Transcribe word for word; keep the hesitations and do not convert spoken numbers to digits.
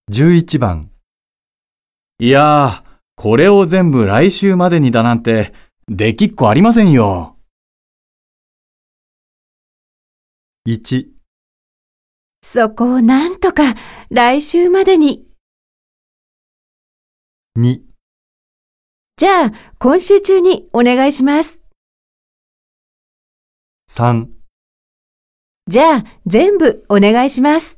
じゅういちばん。 いやー、これを全部来週までにだなんて、できっこありませんよ。 いち、 そこをなんとか来週までに。 に、 じゃあ今週中にお願いします。 さん、 じゃあ全部お願いします。